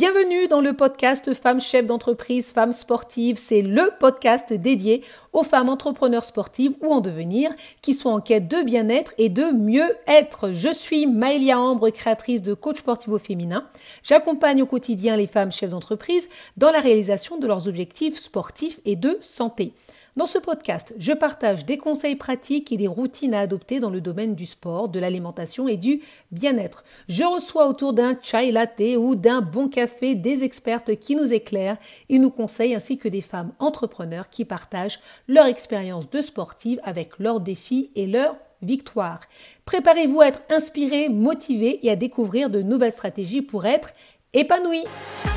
Bienvenue dans le podcast Femmes chefs d'entreprise, femmes sportives. C'est le podcast dédié aux femmes entrepreneurs sportives ou en devenir qui sont en quête de bien-être et de mieux-être. Je suis Maëlia Ambre, créatrice de coach sportif au féminin. J'accompagne au quotidien les femmes chefs d'entreprise dans la réalisation de leurs objectifs sportifs et de santé. Dans ce podcast, je partage des conseils pratiques et des routines à adopter dans le domaine du sport, de l'alimentation et du bien-être. Je reçois autour d'un chai latte ou d'un bon café des expertes qui nous éclairent et nous conseillent ainsi que des femmes entrepreneurs qui partagent leur expérience de sportive avec leurs défis et leurs victoires. Préparez-vous à être inspirés, motivés et à découvrir de nouvelles stratégies pour être épanouis.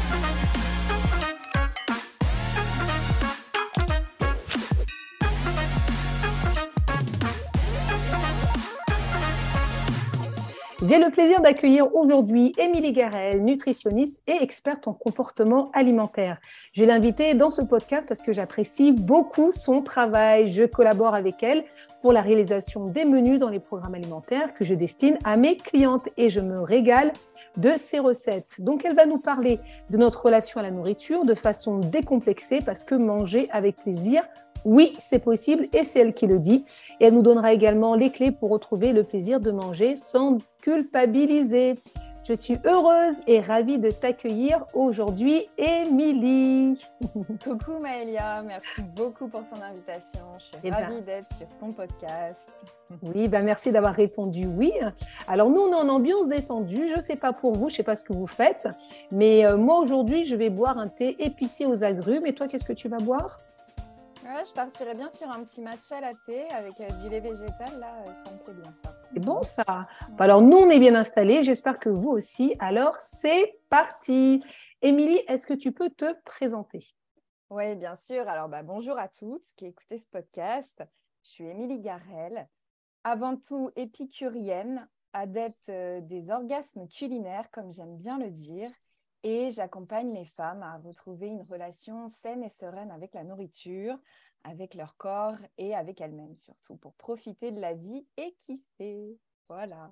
J'ai le plaisir d'accueillir aujourd'hui Émilie Garel, nutritionniste et experte en comportement alimentaire. Je l'ai invitée dans ce podcast parce que j'apprécie beaucoup son travail. Je collabore avec elle pour la réalisation des menus dans les programmes alimentaires que je destine à mes clientes et je me régale de ses recettes. Donc, elle va nous parler de notre relation à la nourriture de façon décomplexée parce que manger avec plaisir, oui, c'est possible et c'est elle qui le dit. Et elle nous donnera également les clés pour retrouver le plaisir de manger sans culpabiliser. Je suis heureuse et ravie de t'accueillir aujourd'hui, Émilie. Coucou Maëlia, merci beaucoup pour ton invitation. Je suis ravie d'être sur ton podcast. Oui, merci d'avoir répondu oui. Alors nous, on est en ambiance détendue. Je ne sais pas pour vous, je ne sais pas ce que vous faites, mais moi aujourd'hui, je vais boire un thé épicé aux agrumes. Et toi, qu'est-ce que tu vas boire ? Ouais, je partirais bien sur un petit matcha latte avec du lait végétal, là, ça me plaît bien ça. C'est bon ça. Alors nous, on est bien installés, j'espère que vous aussi. Alors c'est parti. Émilie, est-ce que tu peux te présenter ? Oui, bien sûr. Alors bonjour à toutes qui écoutez ce podcast. Je suis Émilie Garel, avant tout épicurienne, adepte des orgasmes culinaires, comme j'aime bien le dire. Et j'accompagne les femmes à retrouver une relation saine et sereine avec la nourriture, avec leur corps et avec elles-mêmes surtout, pour profiter de la vie et kiffer. Voilà.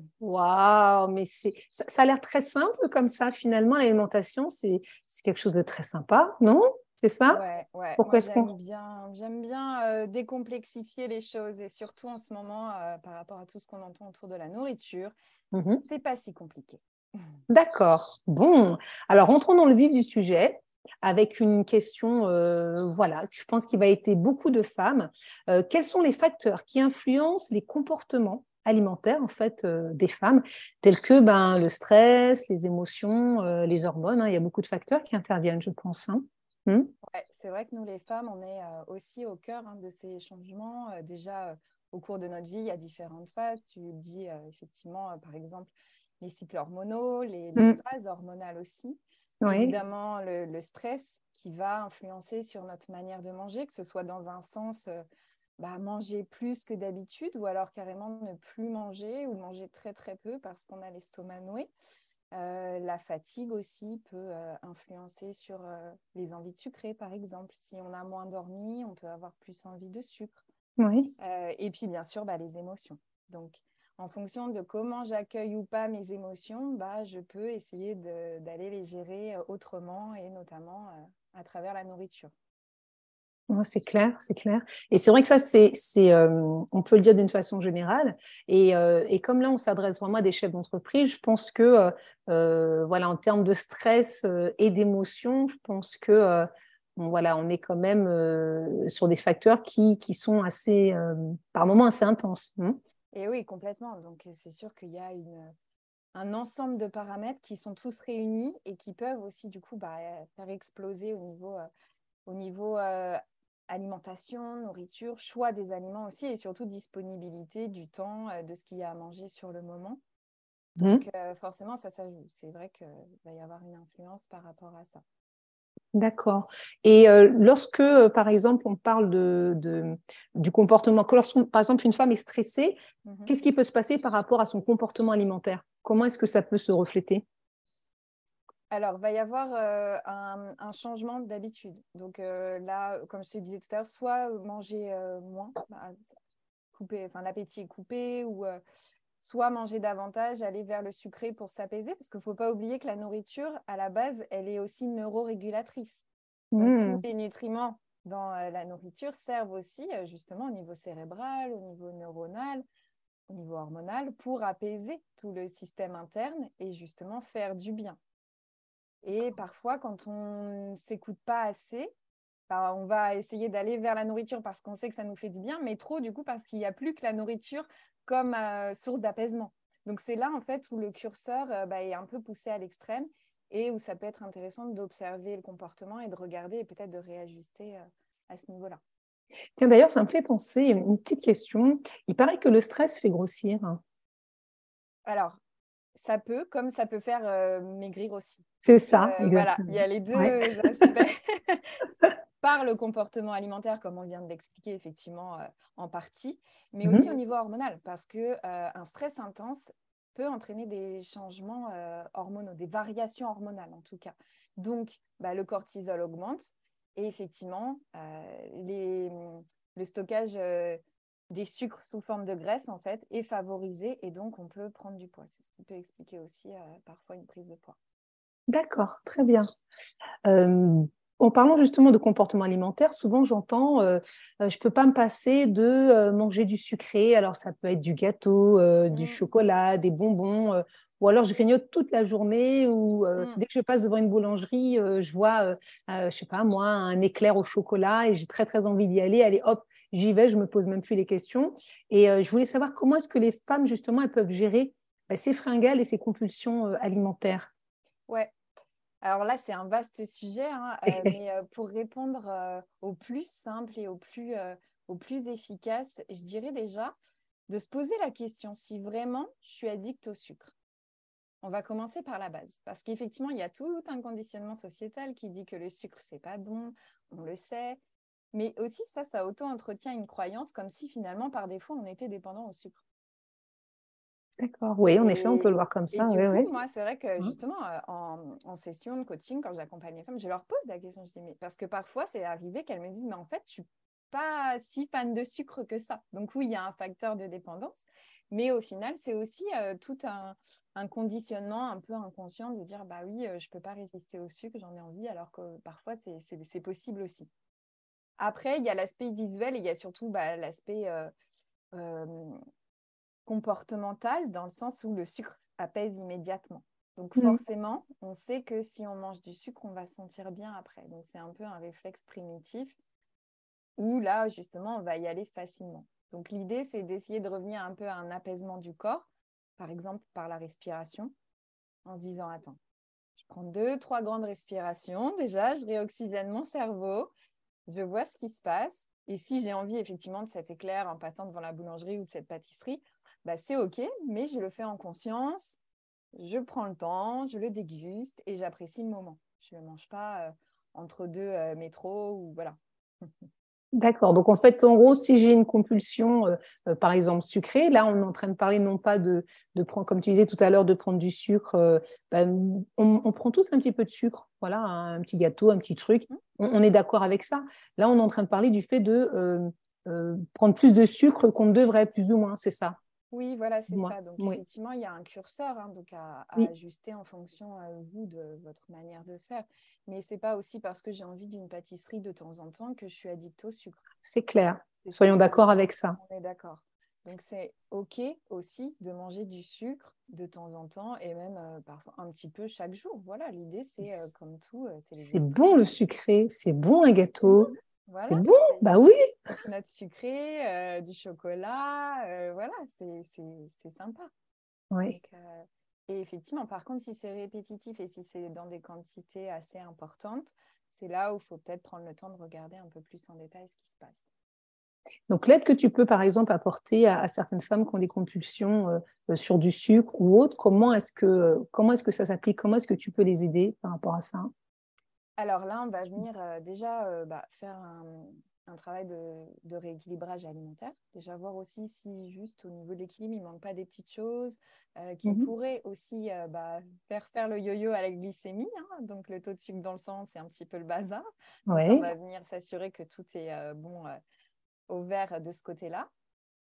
Waouh, mais ça a l'air très simple comme ça. Finalement, l'alimentation, c'est quelque chose de très sympa, non ? C'est ça ? Ouais. Pourquoi Moi, j'aime bien décomplexifier les choses et surtout en ce moment, par rapport à tout ce qu'on entend autour de la nourriture, c'est pas si compliqué. D'accord. Bon, alors rentrons dans le vif du sujet avec une question, je pense qu'il va aider beaucoup de femmes. Quels sont les facteurs qui influencent les comportements alimentaires en fait des femmes, tels que le stress, les émotions, les hormones, il y a beaucoup de facteurs qui interviennent, je pense. Ouais, c'est vrai que nous, les femmes, on est aussi au cœur de ces changements. Déjà, au cours de notre vie, il y a différentes phases. Tu le dis effectivement, par exemple, les cycles hormonaux, les phases hormonales aussi. Oui. Évidemment, le stress qui va influencer sur notre manière de manger, que ce soit dans un sens manger plus que d'habitude ou alors carrément ne plus manger ou manger très très peu parce qu'on a l'estomac noué. La fatigue aussi peut influencer sur les envies de sucrer, par exemple. Si on a moins dormi, on peut avoir plus envie de sucre. Oui. Et puis, bien sûr, les émotions. Donc, en fonction de comment j'accueille ou pas mes émotions, je peux essayer d'aller les gérer autrement et notamment à travers la nourriture. C'est clair, c'est clair. Et c'est vrai que ça, on peut le dire d'une façon générale. Et comme là, on s'adresse vraiment à des chefs d'entreprise, je pense que, en termes de stress et d'émotion, je pense que, on est quand même sur des facteurs qui sont assez, par moments, assez intenses. Et oui, complètement. Donc, c'est sûr qu'il y a un ensemble de paramètres qui sont tous réunis et qui peuvent aussi, du coup, faire exploser au niveau alimentation, nourriture, choix des aliments aussi et surtout disponibilité du temps, de ce qu'il y a à manger sur le moment. Donc, forcément, ça joue. C'est vrai qu'il va y avoir une influence par rapport à ça. D'accord. Et lorsque, par exemple, on parle du comportement, par exemple, une femme est stressée, qu'est-ce qui peut se passer par rapport à son comportement alimentaire ? Comment est-ce que ça peut se refléter ? Alors, il va y avoir un changement d'habitude. Donc là, comme je te disais tout à l'heure, soit manger moins, l'appétit est coupé ou soit manger davantage, aller vers le sucré pour s'apaiser, parce qu'il ne faut pas oublier que la nourriture, à la base, elle est aussi neurorégulatrice. Donc, tous les nutriments dans la nourriture servent aussi justement au niveau cérébral, au niveau neuronal, au niveau hormonal, pour apaiser tout le système interne et justement faire du bien. Et parfois, quand on ne s'écoute pas assez, on va essayer d'aller vers la nourriture parce qu'on sait que ça nous fait du bien, mais trop du coup parce qu'il n'y a plus que la nourriture comme source d'apaisement. Donc c'est là en fait où le curseur est un peu poussé à l'extrême et où ça peut être intéressant d'observer le comportement et de regarder et peut-être de réajuster à ce niveau-là. Tiens, d'ailleurs, ça me fait penser, une petite question. Il paraît que le stress fait grossir. Alors, ça peut, comme ça peut faire maigrir aussi. C'est ça, Voilà, exactement. il y a les Ouais. deux aspects. Par le comportement alimentaire, comme on vient de l'expliquer effectivement en partie, mais aussi au niveau hormonal, parce qu'un stress intense peut entraîner des changements hormonaux, des variations hormonales en tout cas. Donc, le cortisol augmente et effectivement, le stockage des sucres sous forme de graisse en fait est favorisé et donc on peut prendre du poids. C'est ce qui peut expliquer aussi parfois une prise de poids. D'accord, très bien. En parlant justement de comportement alimentaire, souvent j'entends je ne peux pas me passer de manger du sucré. Alors ça peut être du gâteau, du chocolat, des bonbons, ou alors je grignote toute la journée ou dès que je passe devant une boulangerie, je vois, je sais pas moi, un éclair au chocolat et j'ai très très envie d'y aller. Allez hop, j'y vais, je me pose même plus les questions. Et je voulais savoir comment est-ce que les femmes justement elles peuvent gérer ces fringales et ces compulsions alimentaires. Ouais. Alors là, c'est un vaste sujet, hein, mais pour répondre au plus simple et au plus efficace, je dirais déjà de se poser la question si vraiment je suis addict au sucre. On va commencer par la base, parce qu'effectivement, il y a tout un conditionnement sociétal qui dit que le sucre, c'est pas bon, on le sait, mais aussi ça auto-entretient une croyance comme si finalement, par défaut, on était dépendant au sucre. D'accord, oui, en effet, on peut le Et, voir comme et ça. du Oui, coup, oui. moi, c'est vrai que justement, en session de coaching, quand j'accompagne les femmes, je leur pose la question, je dis, mais parce que parfois, c'est arrivé qu'elles me disent, mais en fait, je suis pas si fan de sucre que ça. Donc oui, il y a un facteur de dépendance, mais au final, c'est aussi tout un conditionnement un peu inconscient de dire, bah oui, je peux pas résister au sucre, j'en ai envie, alors que parfois, c'est possible aussi. Après, il y a l'aspect visuel et il y a surtout l'aspect euh, comportementale dans le sens où le sucre apaise immédiatement. Donc Mm. forcément, on sait que si on mange du sucre, on va se sentir bien après. Donc c'est un peu un réflexe primitif où là, justement, on va y aller facilement. Donc l'idée, c'est d'essayer de revenir un peu à un apaisement du corps, par exemple par la respiration, en se disant, attends, je prends 2, 3 grandes respirations, déjà, je réoxygène mon cerveau, je vois ce qui se passe. Et si j'ai envie effectivement de cet éclair en passant devant la boulangerie ou de cette pâtisserie, c'est OK, mais je le fais en conscience, je prends le temps, je le déguste et j'apprécie le moment. Je ne le mange pas entre deux métros ou voilà. D'accord. Donc, en fait, en gros, si j'ai une compulsion, par exemple, sucrée, là, on est en train de parler non pas de prendre, comme tu disais tout à l'heure, de prendre du sucre. On prend tous un petit peu de sucre. Voilà, un petit gâteau, un petit truc. On est d'accord avec ça. Là, on est en train de parler du fait de prendre plus de sucre qu'on ne devrait, plus ou moins, c'est ça. Oui, voilà, c'est Moi, ça. Donc, oui. effectivement, il y a un curseur donc à Oui, ajuster en fonction, vous, de votre manière de faire. Mais ce n'est pas aussi parce que j'ai envie d'une pâtisserie de temps en temps que je suis addict au sucre. c'est clair. C'est ça Soyons qu'il faut d'accord bien. avec ça. On est d'accord. Donc, c'est OK aussi de manger du sucre de temps en temps et même parfois un petit peu chaque jour. Voilà, l'idée, c'est comme tout, c'est les C'est extrêmes. bon le sucré, c'est bon un C'est bon. gâteau. Voilà, C'est bon, c'est bah oui. petite note sucrée, du chocolat, voilà, c'est sympa. Oui. Donc, et effectivement, par contre, si c'est répétitif et si c'est dans des quantités assez importantes, c'est là où il faut peut-être prendre le temps de regarder un peu plus en détail ce qui se passe. Donc, l'aide que tu peux, par exemple, apporter à certaines femmes qui ont des compulsions sur du sucre ou autre, comment est-ce que ça s'applique? Comment est-ce que tu peux les aider par rapport à ça? Alors là, on va venir déjà faire un travail de rééquilibrage alimentaire. Déjà voir aussi si juste au niveau de l'équilibre, il ne manque pas des petites choses qui Mhm. pourraient aussi faire le yo-yo à la glycémie, hein. Donc le taux de sucre dans le sang, c'est un petit peu le bazar. Donc ça, on Oui. va venir s'assurer que tout est bon au vert de ce côté-là.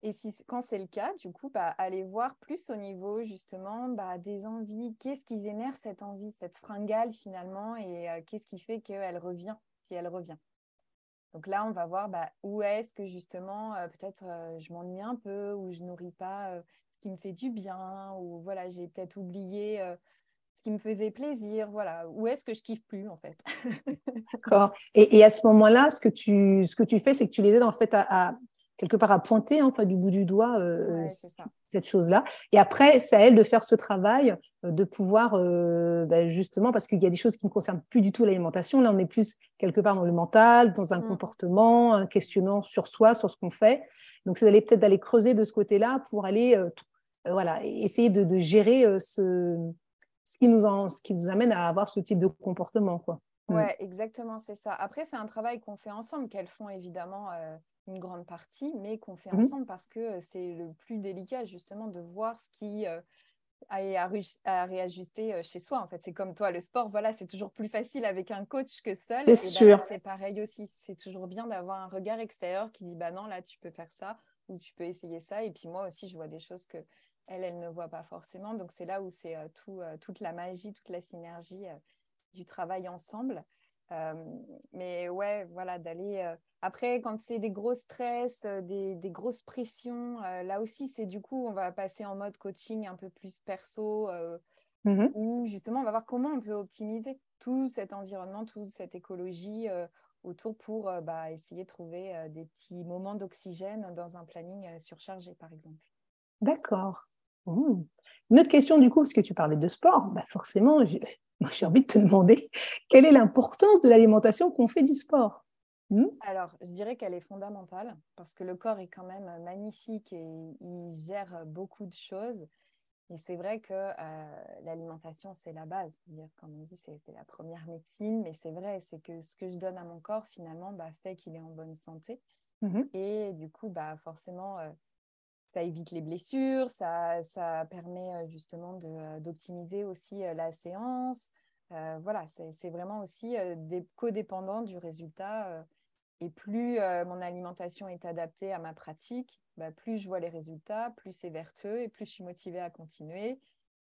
Et quand c'est le cas, du coup, aller voir plus au niveau justement des envies. Qu'est-ce qui génère cette envie, cette fringale finalement, et qu'est-ce qui fait qu'elle revient, si elle revient. Donc là, on va voir où est-ce que justement, peut-être je m'ennuie un peu, ou je nourris pas ce qui me fait du bien, ou voilà, j'ai peut-être oublié ce qui me faisait plaisir, voilà. Où est-ce que je kiffe plus en fait. D'accord. Et à ce moment-là, ce que tu fais, c'est que tu les aides en fait quelque part à pointer enfin, du bout du doigt Ouais, c'est ça. cette chose-là. Et après, c'est à elle de faire ce travail, de pouvoir justement, parce qu'il y a des choses qui ne concernent plus du tout l'alimentation. Là, on est plus quelque part dans le mental, dans un comportement, un questionnement sur soi, sur ce qu'on fait. Donc, c'est peut-être d'aller creuser de ce côté-là pour aller voilà, essayer de gérer ce qui nous amène à avoir ce type de comportement, quoi. Ouais, exactement, c'est ça. Après, c'est un travail qu'on fait ensemble, qu'elles font évidemment une grande partie, mais qu'on fait ensemble parce que c'est le plus délicat, justement, de voir ce qui à réajuster chez soi. En fait, c'est comme toi, le sport, voilà, c'est toujours plus facile avec un coach que seul. C'est Et ben là, sûr. c'est pareil aussi. C'est toujours bien d'avoir un regard extérieur qui dit, bah non, là, tu peux faire ça ou tu peux essayer ça. Et puis moi aussi, je vois des choses que elle ne voit pas forcément. Donc c'est là où c'est toute la magie, toute la synergie du travail ensemble. Euh, mais ouais, voilà, d'aller. Après, quand c'est des gros stress, des grosses pressions, là aussi, c'est du coup, on va passer en mode coaching un peu plus perso, où justement, on va voir comment on peut optimiser tout cet environnement, toute cette écologie autour pour essayer de trouver des petits moments d'oxygène dans un planning surchargé, par exemple. D'accord. Mmh. Une autre question, du coup, parce que tu parlais de sport, forcément, moi, j'ai envie de te demander quelle est l'importance de l'alimentation qu'on fait du sport. Alors, je dirais qu'elle est fondamentale parce que le corps est quand même magnifique et il gère beaucoup de choses. Et c'est vrai que l'alimentation, c'est la base. C'est-à-dire, comme on dit, c'est la première médecine, mais c'est vrai, c'est que ce que je donne à mon corps, finalement, fait qu'il est en bonne santé. Mhm. Et du coup, forcément, ça évite les blessures, ça permet justement d'optimiser aussi la séance. Voilà, c'est vraiment aussi codépendant du résultat. Et plus mon alimentation est adaptée à ma pratique, plus je vois les résultats, plus c'est vertueux et plus je suis motivée à continuer.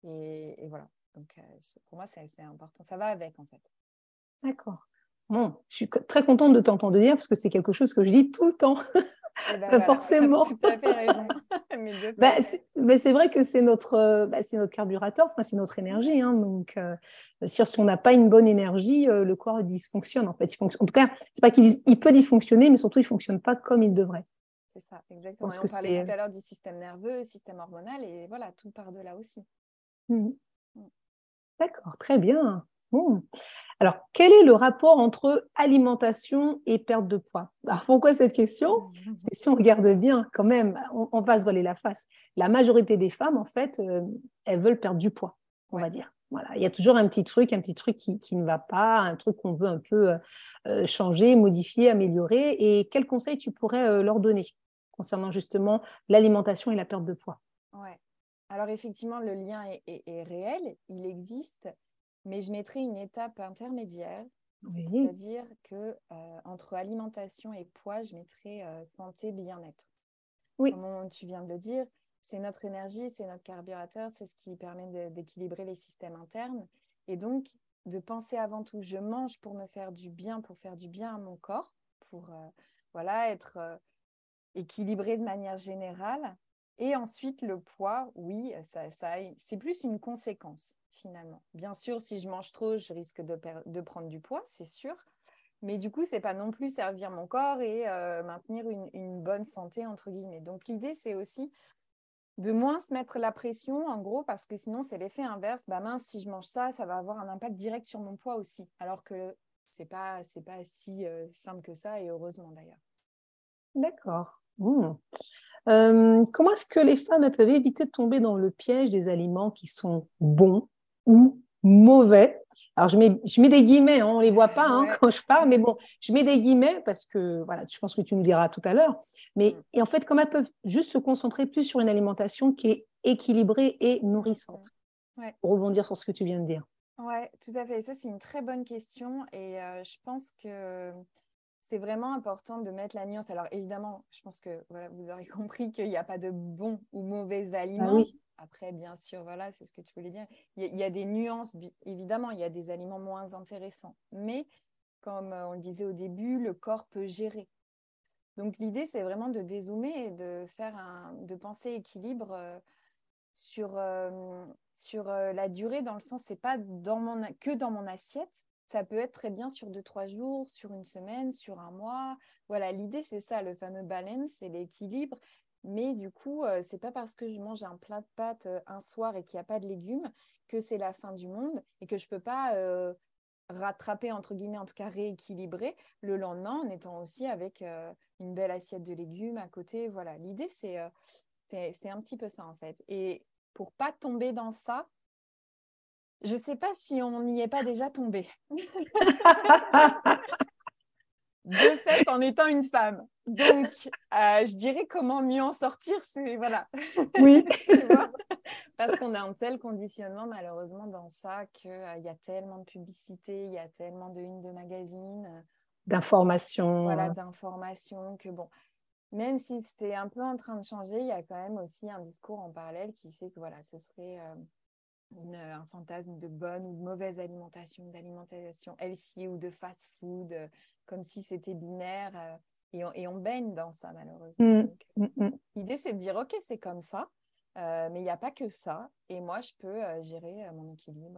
Et voilà. Donc, pour moi, c'est important. Ça va avec, en fait. D'accord. Bon, je suis très contente de t'entendre dire parce que c'est quelque chose que je dis tout le temps, Et ben voilà, tu as forcément. tout à fait raison. Mais de fait. C'est vrai que c'est notre carburateur, enfin, c'est notre énergie. Hein, donc, si on n'a pas une bonne énergie, le corps dysfonctionne. En fait, en tout cas, c'est pas il peut dysfonctionner, mais surtout, il ne fonctionne pas comme il devrait. C'est ça, Je exactement. pense Et que on parlait tout c'est. à l'heure du système nerveux, système hormonal, et voilà, tout part de là aussi. Mhm. Mm. D'accord, très bien. Bon. Alors, quel est le rapport entre alimentation et perte de poids? Alors, pourquoi cette question? Parce que si on regarde bien, quand même, on va se voiler la face. La majorité des femmes, en fait, elles veulent perdre du poids, on Ouais. va dire. Voilà. Il y a toujours un petit truc qui ne va pas, un truc qu'on veut un peu changer, modifier, améliorer. Et quels conseils tu pourrais leur donner concernant justement l'alimentation et la perte de poids? Ouais. Alors effectivement, le lien est réel, il existe, mais je mettrai une étape intermédiaire, Oui. c'est-à-dire que entre alimentation et poids, je mettrai santé, bien-être. Oui. Comme tu viens de le dire, c'est notre énergie, c'est notre carburateur, c'est ce qui permet d'équilibrer les systèmes internes. Et donc, de penser avant tout, je mange pour me faire du bien, pour faire du bien à mon corps, pour voilà, être équilibré de manière générale. Et ensuite, le poids, oui, c'est plus une conséquence, finalement. Bien sûr, si je mange trop, je risque de prendre du poids, c'est sûr. Mais du coup, c'est pas non plus servir mon corps et maintenir une bonne santé, entre guillemets. Donc, l'idée, c'est aussi de moins se mettre la pression, en gros, parce que sinon, c'est l'effet inverse. Mince, si je mange ça, ça va avoir un impact direct sur mon poids aussi. Alors que c'est pas si simple que ça, et heureusement d'ailleurs. D'accord. Comment est-ce que les femmes peuvent éviter de tomber dans le piège des aliments qui sont bons ou mauvais? Alors, je mets des guillemets, hein, on ne les voit pas Ouais. quand je parle, mais bon, je mets des guillemets parce que, voilà, je pense que tu nous diras tout à l'heure. Et en fait, comment elles peuvent juste se concentrer plus sur une alimentation qui est équilibrée et nourrissante, Ouais. pour rebondir sur ce que tu viens de dire. Ouais, tout à fait. Ça, c'est une très bonne question. Et je pense que c'est vraiment important de mettre la nuance. Alors évidemment, je pense que voilà, vous aurez compris qu'il n'y a pas de bons ou mauvais Ah aliments. oui. Après, bien sûr, voilà, c'est ce que tu voulais dire. Il y a des nuances, évidemment, il y a des aliments moins intéressants. Mais comme on le disait au début, le corps peut gérer. Donc l'idée, c'est vraiment de dézoomer et de penser équilibre sur la durée, dans le sens, c'est pas que dans mon assiette. Ça peut être très bien sur 2, 3 jours, sur une semaine, sur un mois. Voilà, l'idée, c'est ça, le fameux balance, c'est l'équilibre. Mais du coup, c'est pas parce que je mange un plat de pâtes un soir et qu'il n'y a pas de légumes que c'est la fin du monde et que je peux pas rattraper, entre guillemets, en tout cas rééquilibrer le lendemain en étant aussi avec une belle assiette de légumes à côté. Voilà, l'idée, c'est un petit peu ça, en fait. Et pour pas tomber dans ça, je sais pas si on n'y est pas déjà tombé. De fait, en étant une femme. Donc, je dirais comment mieux en sortir, c'est voilà. Oui. Tu vois, parce qu'on a un tel conditionnement, malheureusement, dans ça, qu'il y a tellement de publicité, il y a tellement de une de magazines, D'informations. voilà, d'informations, que bon, même si c'était un peu en train de changer, il y a quand même aussi un discours en parallèle qui fait que voilà, ce serait un fantasme de bonne ou de mauvaise alimentation, d'alimentation healthy ou de fast-food, comme si c'était binaire. Et on baigne dans ça, malheureusement. Mm, Donc, mm, mm. l'idée, c'est de dire, OK, c'est comme ça, mais il n'y a pas que ça. Et moi, je peux gérer mon équilibre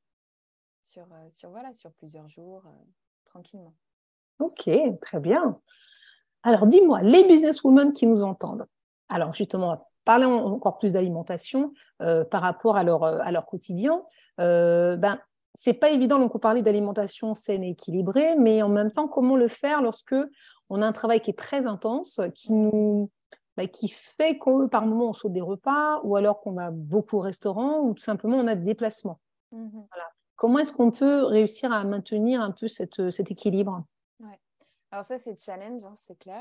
voilà, sur plusieurs jours, tranquillement. Ok, très bien. Alors, dis-moi, les businesswomen qui nous entendent, alors justement, on va parler encore plus d'alimentation par rapport à leur quotidien. Ben, c'est pas évident, donc on parlait d'alimentation saine et équilibrée, mais en même temps, comment le faire lorsque on a un travail qui est très intense, qui fait que par moment on saute des repas, ou alors qu'on va beaucoup au restaurant, ou tout simplement on a des déplacements. Mhm. Voilà. Comment est-ce qu'on peut réussir à maintenir un peu cet équilibre? Ouais. Alors ça, c'est challenge, hein, c'est clair.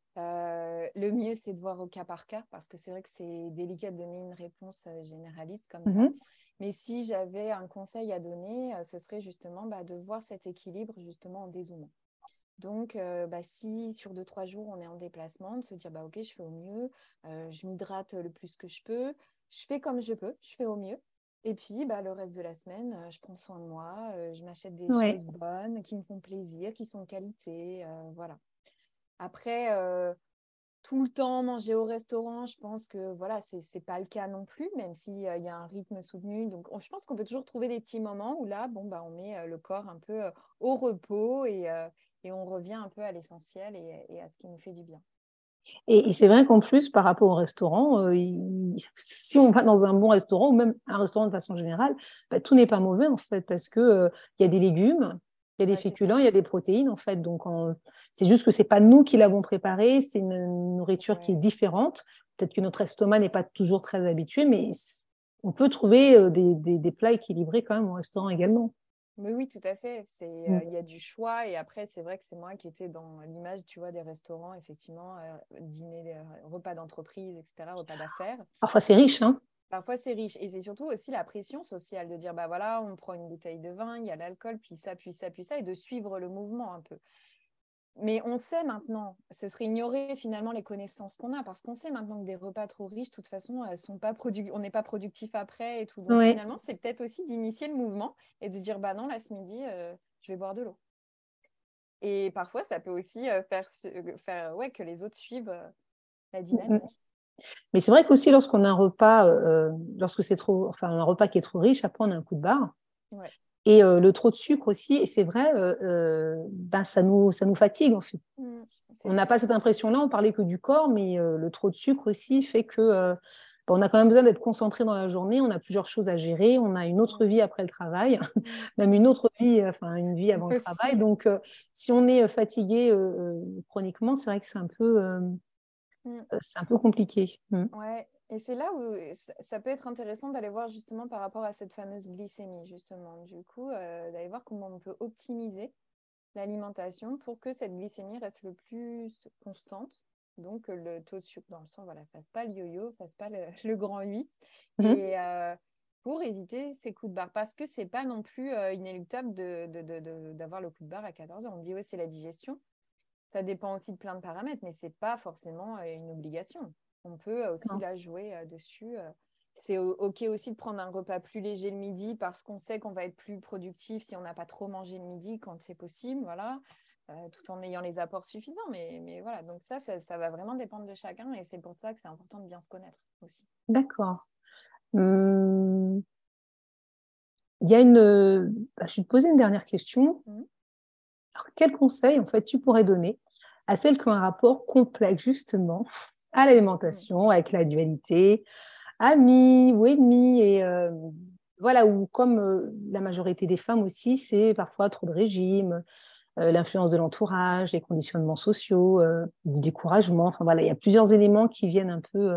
Le mieux, c'est de voir au cas par cas, parce que c'est vrai que c'est délicat de donner une réponse généraliste comme ça. Mhm. Mais si j'avais un conseil à donner, ce serait justement de voir cet équilibre justement en dézoomant. Donc, si sur 2, 3 jours, on est en déplacement, de se dire, OK, je fais au mieux, je m'hydrate le plus que je peux, je fais comme je peux, je fais au mieux. Et puis, le reste de la semaine, je prends soin de moi, je m'achète des Ouais. choses bonnes, qui me font plaisir, qui sont de qualité, voilà. Après, tout le temps manger au restaurant, je pense que voilà, c'est pas le cas non plus, même s'il y a un rythme soutenu. Donc, je pense qu'on peut toujours trouver des petits moments où là, on met le corps un peu au repos et on revient un peu à l'essentiel et à ce qui nous fait du bien. Et c'est vrai qu'en plus, par rapport au restaurant, si on va dans un bon restaurant, ou même un restaurant de façon générale, tout n'est pas mauvais en fait, parce que il y a des légumes, il y a des Ouais, c'est ça. féculents, il y a des protéines en fait. Donc, c'est juste que c'est pas nous qui l'avons préparé, c'est une nourriture qui est Ouais. différente. Peut-être que notre estomac n'est pas toujours très habitué, mais on peut trouver des plats équilibrés quand même au restaurant également. Mais oui, tout à fait. Mm. Il y a du choix. Et après, c'est vrai que c'est moi qui étais dans l'image, tu vois, des restaurants, effectivement, dîner, repas d'entreprise, etc., repas d'affaires. Parfois, c'est riche, hein. Parfois, c'est riche. Et c'est surtout aussi la pression sociale de dire, voilà, on prend une bouteille de vin, il y a l'alcool, puis ça, puis ça, puis ça, et de suivre le mouvement un peu. Mais on sait maintenant, ce serait ignorer finalement les connaissances qu'on a, parce qu'on sait maintenant que des repas trop riches, de toute façon, on n'est pas productif après et tout. Donc Ouais. finalement, c'est peut-être aussi d'initier le mouvement et de dire, non, là, ce midi, je vais boire de l'eau. Et parfois, ça peut aussi faire ouais, que les autres suivent la Mm. dynamique. Mais c'est vrai qu'aussi lorsqu'on a un repas, lorsque c'est trop, enfin un repas qui est trop riche, après on a un coup de barre. Ouais. Et le trop de sucre aussi, et c'est vrai, ça nous fatigue en fait. Mm, c'est On n'a vrai. pas cette impression-là, on parlait que du corps, mais le trop de sucre aussi fait que on a quand même besoin d'être concentré dans la journée, on a plusieurs choses à gérer, on a une autre Mm, vie après le travail, mm. même une autre vie, enfin une vie avant le travail. Aussi. Donc si on est fatigué chroniquement, c'est vrai que Mm. c'est un peu compliqué. Mm. Ouais, et c'est là où ça peut être intéressant d'aller voir justement par rapport à cette fameuse glycémie, justement. Du coup, d'aller voir comment on peut optimiser l'alimentation pour que cette glycémie reste le plus constante. Donc, le taux de sucre dans le sang, voilà, fasse pas le yo-yo, fasse pas le grand 8. Mhm. Et pour éviter ces coups de barre, parce que c'est pas non plus inéluctable d'avoir le coup de barre à 14 heures. On me dit, ouais, c'est la digestion. Ça dépend aussi de plein de paramètres, mais ce n'est pas forcément une obligation. On peut aussi la jouer dessus. C'est OK aussi de prendre un repas plus léger le midi parce qu'on sait qu'on va être plus productif si on n'a pas trop mangé le midi quand c'est possible, voilà, tout en ayant les apports suffisants. Mais voilà, donc ça va vraiment dépendre de chacun et c'est pour ça que c'est important de bien se connaître aussi. D'accord. Il y a je vais te poser une dernière question. Alors, quel conseil, en fait, tu pourrais donner à celles qui ont un rapport complexe, justement, à l'alimentation, avec la dualité, amis ou ennemis, et voilà, ou comme la majorité des femmes aussi, c'est parfois trop de régime, l'influence de l'entourage, les conditionnements sociaux, le découragement, enfin voilà, il y a plusieurs éléments qui viennent un peu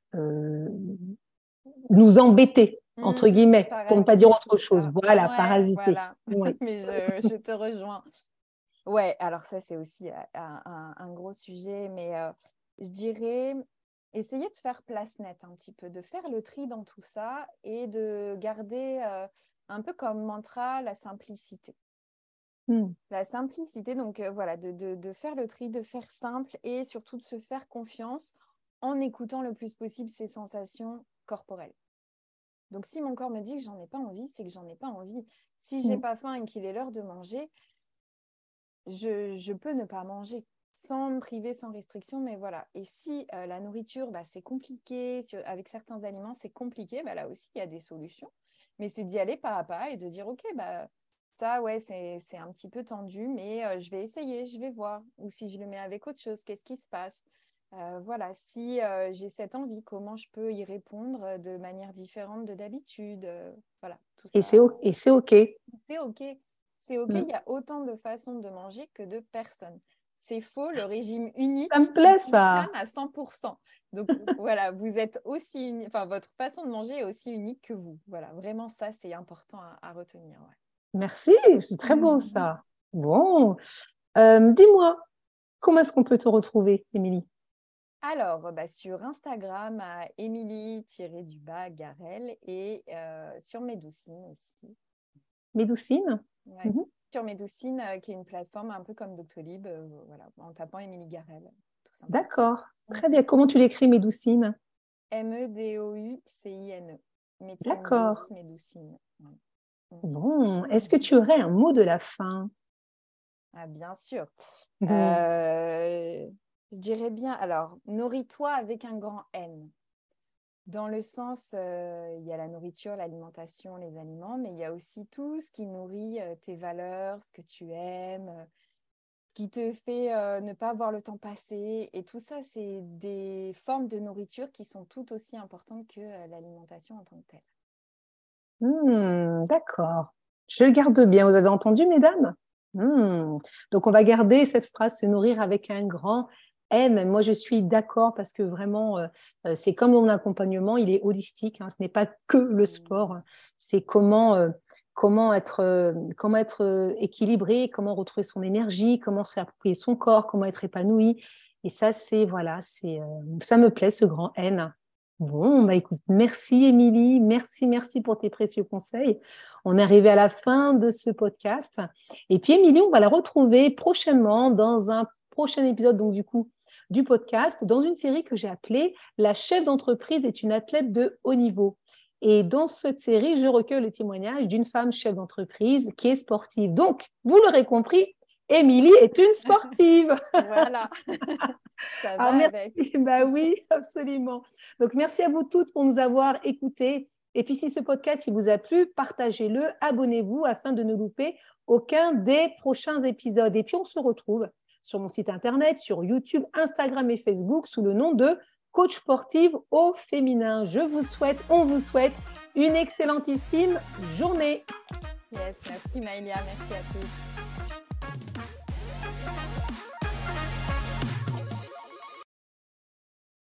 nous embêter, entre guillemets, pour ne pas dire autre chose. Voilà, ouais, parasiter. Voilà. Oui. Mais je te rejoins. Ouais, alors ça, c'est aussi un gros sujet, mais je dirais essayer de faire place nette un petit peu, de faire le tri dans tout ça et de garder un peu comme mantra la simplicité. La simplicité, donc voilà, de faire le tri, de faire simple et surtout de se faire confiance en écoutant le plus possible ses sensations corporelles. Donc, si mon corps me dit que j'en ai pas envie, c'est que j'en ai pas envie. Si j'ai pas faim et qu'il est l'heure de manger, je peux ne pas manger sans me priver, sans restriction, mais voilà. Et si la nourriture, c'est compliqué, avec certains aliments, c'est compliqué, là aussi, il y a des solutions. Mais c'est d'y aller pas à pas et de dire, OK, ça, ouais, c'est un petit peu tendu, mais je vais essayer, je vais voir. Ou si je le mets avec autre chose, qu'est-ce qui se passe? Voilà, si j'ai cette envie, comment je peux y répondre de manière différente de d'habitude? Voilà, tout ça. Et c'est OK. C'est OK. C'est OK, il y a autant de façons de manger que de personnes. C'est faux, le régime unique Ça me plaît, ça. fonctionne à 100%. Donc voilà, vous êtes aussi votre façon de manger est aussi unique que vous. Voilà, vraiment ça, c'est important à retenir. Ouais. Merci, c'est très beau ça. Bon, dis-moi, comment est-ce qu'on peut te retrouver, Émilie? Alors, sur Instagram, à Émilie-Garel et sur Médoucine aussi. Médoucine? Ouais. Sur Médoucine, qui est une plateforme un peu comme Doctolib, voilà, en tapant Émilie Garel, tout simplement. D'accord, très bien. Comment tu l'écris, Médoucine? Medoucine. Médecine D'accord. douce, Médoucine. Ouais. Bon, est-ce que tu aurais un mot de la fin? Ah, bien sûr. Je dirais bien, alors, nourris-toi avec un grand N. Dans le sens, il y a la nourriture, l'alimentation, les aliments, mais il y a aussi tout ce qui nourrit tes valeurs, ce que tu aimes, ce qui te fait ne pas voir le temps passer. Et tout ça, c'est des formes de nourriture qui sont tout aussi importantes que l'alimentation en tant que telle. D'accord. Je le garde bien. Vous avez entendu, mesdames? Donc, on va garder cette phrase, se nourrir avec un grand N. Moi, je suis d'accord parce que vraiment, c'est comme mon accompagnement, il est holistique. Ce n'est pas que le sport. C'est comment être équilibré, comment retrouver son énergie, comment se approprier son corps, comment être épanoui. Et ça, ça me plaît, ce grand N. Bon, écoute, merci Émilie, merci pour tes précieux conseils. On est arrivé à la fin de ce podcast. Et puis Émilie, on va la retrouver prochainement dans un prochain épisode donc du coup du podcast, dans une série que j'ai appelée La chef d'entreprise est une athlète de haut niveau. Et dans cette série, je recueille le témoignage d'une femme chef d'entreprise qui est sportive. Donc, vous l'aurez compris, Émilie est une sportive. Voilà. Ça va merci. Oui, absolument. Donc, merci à vous toutes pour nous avoir écoutés. Et puis, si ce podcast vous a plu, partagez-le, abonnez-vous afin de ne louper aucun des prochains épisodes. Et puis, on se retrouve sur mon site internet, sur YouTube, Instagram et Facebook sous le nom de Coach sportive au féminin. On vous souhaite une excellentissime journée. Yes, merci Maëlia, merci à tous.